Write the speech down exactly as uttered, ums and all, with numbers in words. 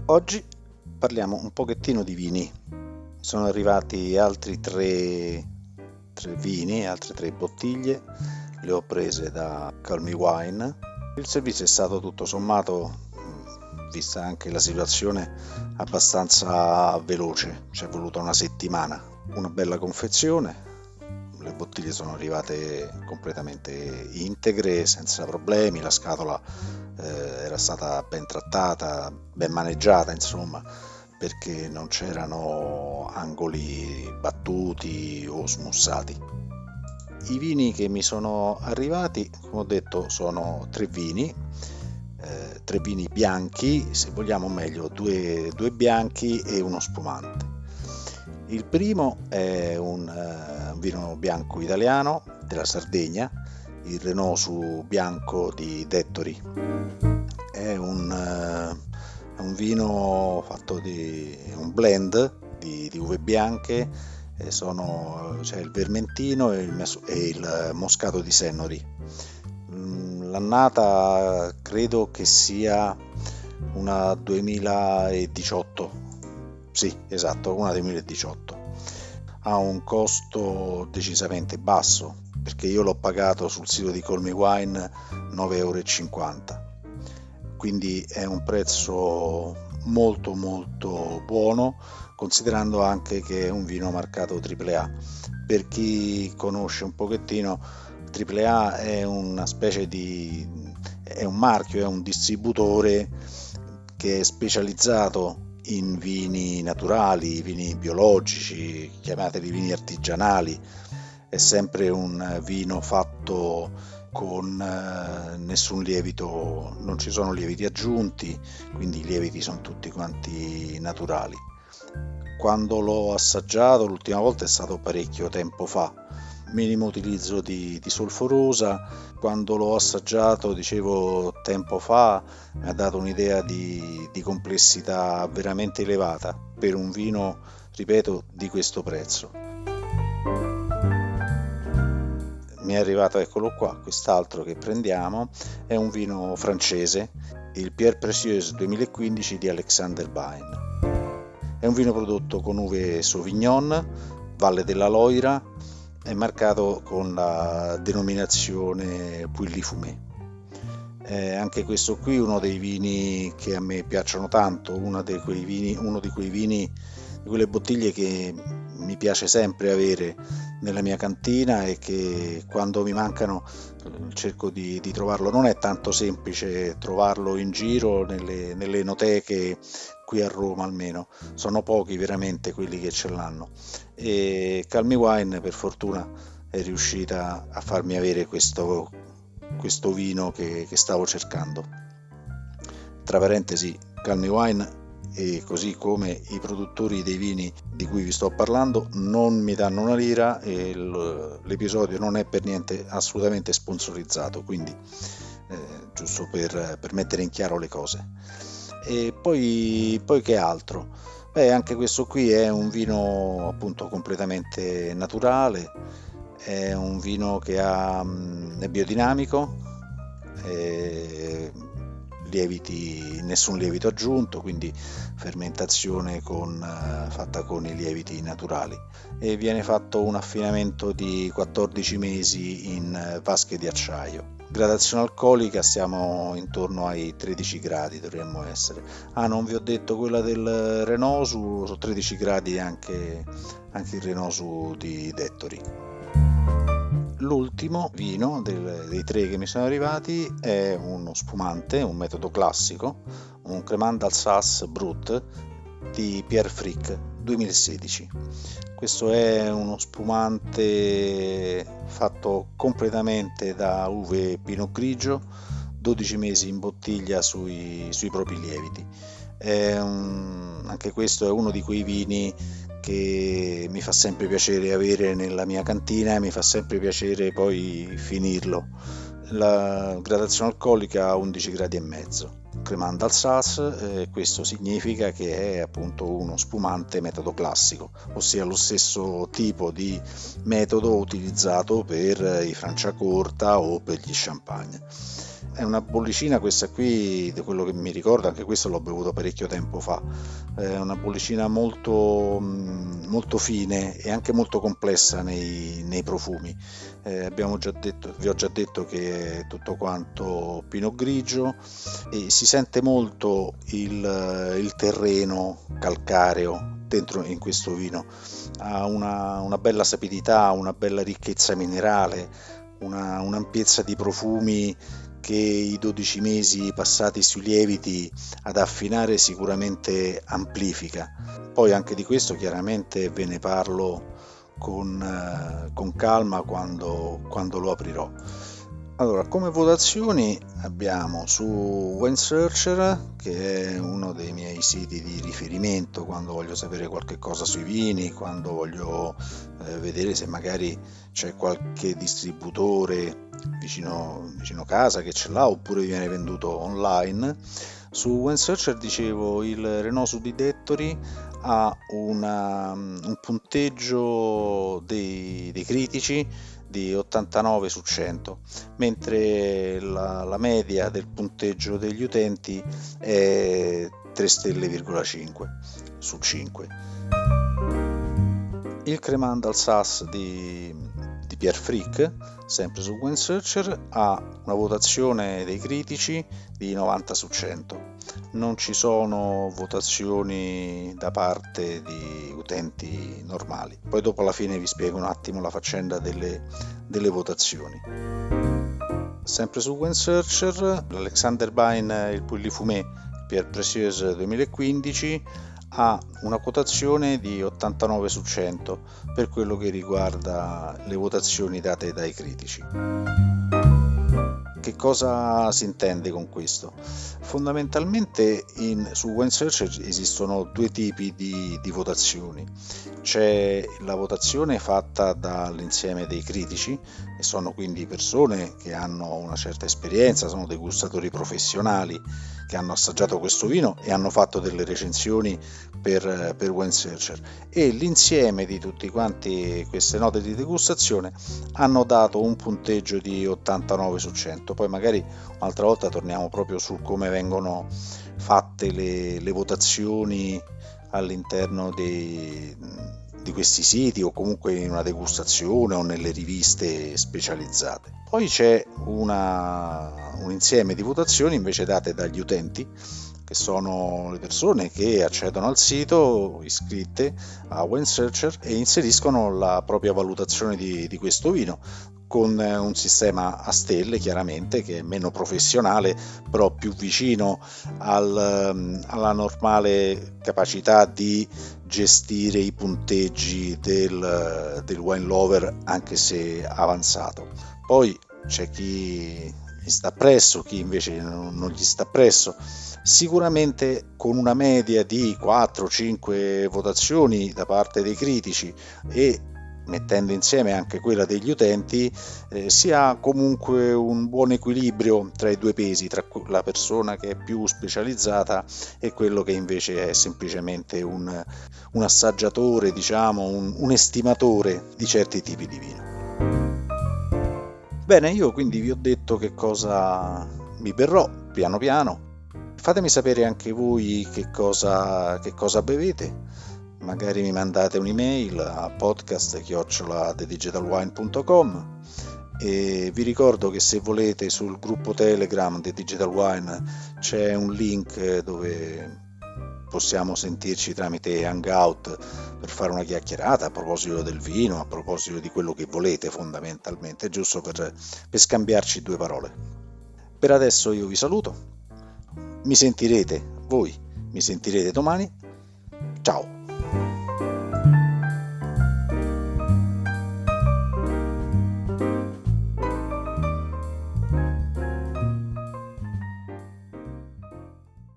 Oggi parliamo un pochettino di vini. Sono arrivati altri tre, tre vini, altre tre bottiglie, le ho prese da Call Me Wine. Il servizio è stato tutto sommato, vista anche la situazione, abbastanza veloce, ci è voluta una settimana. Una bella confezione, le bottiglie sono arrivate completamente integre, senza problemi, la scatola eh, era stata ben trattata, ben maneggiata, insomma, perché non c'erano angoli battuti o smussati. I vini che mi sono arrivati, come ho detto, sono tre vini, eh, tre vini bianchi, se vogliamo meglio, due, due bianchi e uno spumante. Il primo è un, uh, un vino bianco italiano della Sardegna, il Renosu bianco di Dettori. È un, uh, è un vino fatto di un blend di, di uve bianche, eh, sono, c'è il vermentino e il, e il moscato di Sennori. L'annata credo che sia una duemiladiciotto. Sì, esatto, una duemiladiciotto. Ha un costo decisamente basso, perché io l'ho pagato sul sito di Call Me Wine nove euro e cinquanta, quindi è un prezzo molto molto buono, considerando anche che è un vino marcato tripla A. Per chi conosce un pochettino, tripla A è una specie di è un marchio, è un distributore che è specializzato in vini naturali, vini biologici, chiamateli vini artigianali. È sempre un vino fatto con eh, nessun lievito, non ci sono lieviti aggiunti, quindi i lieviti sono tutti quanti naturali. Quando l'ho assaggiato l'ultima volta è stato parecchio tempo fa, minimo utilizzo di, di solforosa. Quando l'ho assaggiato, dicevo tempo fa, mi ha dato un'idea di, di complessità veramente elevata per un vino, ripeto, di questo prezzo. Mi è arrivato, eccolo qua, quest'altro che prendiamo, è un vino francese, il Pierre Précieuse duemilaquindici di Alexander Vine. È un vino prodotto con uve Sauvignon, Valle della Loira, è marcato con la denominazione Pouilly-Fumé. Eh, anche questo qui è uno dei vini che a me piacciono tanto, uno di quei vini, uno di quei vini, di quelle bottiglie che mi piace sempre avere nella mia cantina e che quando mi mancano cerco di, di trovarlo. Non è tanto semplice trovarlo in giro nelle, nelle enoteche qui a Roma, almeno sono pochi veramente quelli che ce l'hanno, e Call Me Wine per fortuna è riuscita a farmi avere questo, questo vino che, che stavo cercando. Tra parentesi, Call Me Wine, e così come i produttori dei vini di cui vi sto parlando, non mi danno una lira e l'episodio non è per niente assolutamente sponsorizzato, quindi eh, giusto per, per mettere in chiaro le cose. E poi, poi che altro? Beh, anche questo qui è un vino appunto completamente naturale, è un vino che ha, è biodinamico, è lieviti, nessun lievito aggiunto, quindi fermentazione con, fatta con i lieviti naturali, e viene fatto un affinamento di quattordici mesi in vasche di acciaio. Gradazione alcolica siamo intorno ai tredici gradi, dovremmo essere. Ah, non vi ho detto quella del Renosu, sono tredici gradi anche, anche il Renosu di Dettori. L'ultimo vino del, dei tre che mi sono arrivati è uno spumante, un metodo classico, un Cremant d'Alsace Brut di Pierre Frick duemilasedici. Questo è uno spumante fatto completamente da uve Pinot Grigio, dodici mesi in bottiglia sui, sui propri lieviti. È un, anche questo è uno di quei vini che mi fa sempre piacere avere nella mia cantina e mi fa sempre piacere poi finirlo. La gradazione alcolica a undici gradi e mezzo. Cremant d'Alsace, eh, questo significa che è appunto uno spumante metodo classico, ossia lo stesso tipo di metodo utilizzato per i Franciacorta o per gli champagne. È una bollicina questa qui, di quello che mi ricordo, anche questo l'ho bevuto parecchio tempo fa. È una bollicina molto, molto fine e anche molto complessa nei, nei profumi. Eh, abbiamo già detto, vi ho già detto che è tutto quanto pinot grigio e si sente molto il, il terreno calcareo dentro in questo vino. Ha una, una bella sapidità, una bella ricchezza minerale, una, un'ampiezza di profumi che i dodici mesi passati sui lieviti ad affinare sicuramente amplifica. Poi anche di questo chiaramente ve ne parlo con, eh, con calma quando, quando lo aprirò. Allora, come votazioni abbiamo su Wine Searcher, che è uno dei miei siti di riferimento quando voglio sapere qualche cosa sui vini, quando voglio eh, vedere se magari c'è qualche distributore vicino, vicino casa che ce l'ha oppure viene venduto online. Su Wine Searcher, dicevo, il Renaud Subidettori ha una, un punteggio dei, dei critici di ottantanove su cento, mentre la, la media del punteggio degli utenti è tre stelle virgola cinque su cinque. Il Cremant d'Alsace di, di Pierre Frick, sempre su Wine Searcher, ha una votazione dei critici di novanta su cento. Non ci sono votazioni da parte di utenti normali. Poi dopo alla fine vi spiego un attimo la faccenda delle, delle votazioni. Sempre su Wine Searcher, l'Alexander Bain, il Puy Fumé Pierre Précieuse duemilaquindici ha una quotazione di ottantanove su cento per quello che riguarda le votazioni date dai critici. Che cosa si intende con questo? Fondamentalmente in, su Wine Searcher esistono due tipi di, di votazioni. C'è la votazione fatta dall'insieme dei critici, e sono quindi persone che hanno una certa esperienza, sono degustatori professionali che hanno assaggiato questo vino e hanno fatto delle recensioni per, per Wine Searcher, e l'insieme di tutti quanti queste note di degustazione hanno dato un punteggio di ottantanove su cento. Poi magari un'altra volta torniamo proprio su come vengono fatte le, le votazioni all'interno dei, di questi siti o comunque in una degustazione o nelle riviste specializzate. Poi c'è una, un insieme di votazioni invece date dagli utenti, che sono le persone che accedono al sito iscritte a Wine Searcher e inseriscono la propria valutazione di, di questo vino, con un sistema a stelle chiaramente che è meno professionale però più vicino al, alla normale capacità di gestire i punteggi del, del wine lover, anche se avanzato. Poi c'è chi gli sta presso, chi invece non, non gli sta presso. Sicuramente con una media di quattro cinque votazioni da parte dei critici e mettendo insieme anche quella degli utenti, eh, si ha comunque un buon equilibrio tra i due pesi, tra la persona che è più specializzata e quello che invece è semplicemente un, un assaggiatore, diciamo, un, un estimatore di certi tipi di vino. Bene, io quindi vi ho detto che cosa mi berrò piano piano. Fatemi sapere anche voi che cosa, che cosa bevete. Magari mi mandate un'email a podcast chiocciola the digital wine punto com e vi ricordo che se volete sul gruppo Telegram The Digital Wine c'è un link dove possiamo sentirci tramite Hangout per fare una chiacchierata a proposito del vino, a proposito di quello che volete fondamentalmente, giusto per, per scambiarci due parole. Per adesso io vi saluto, mi sentirete, voi mi sentirete domani, ciao!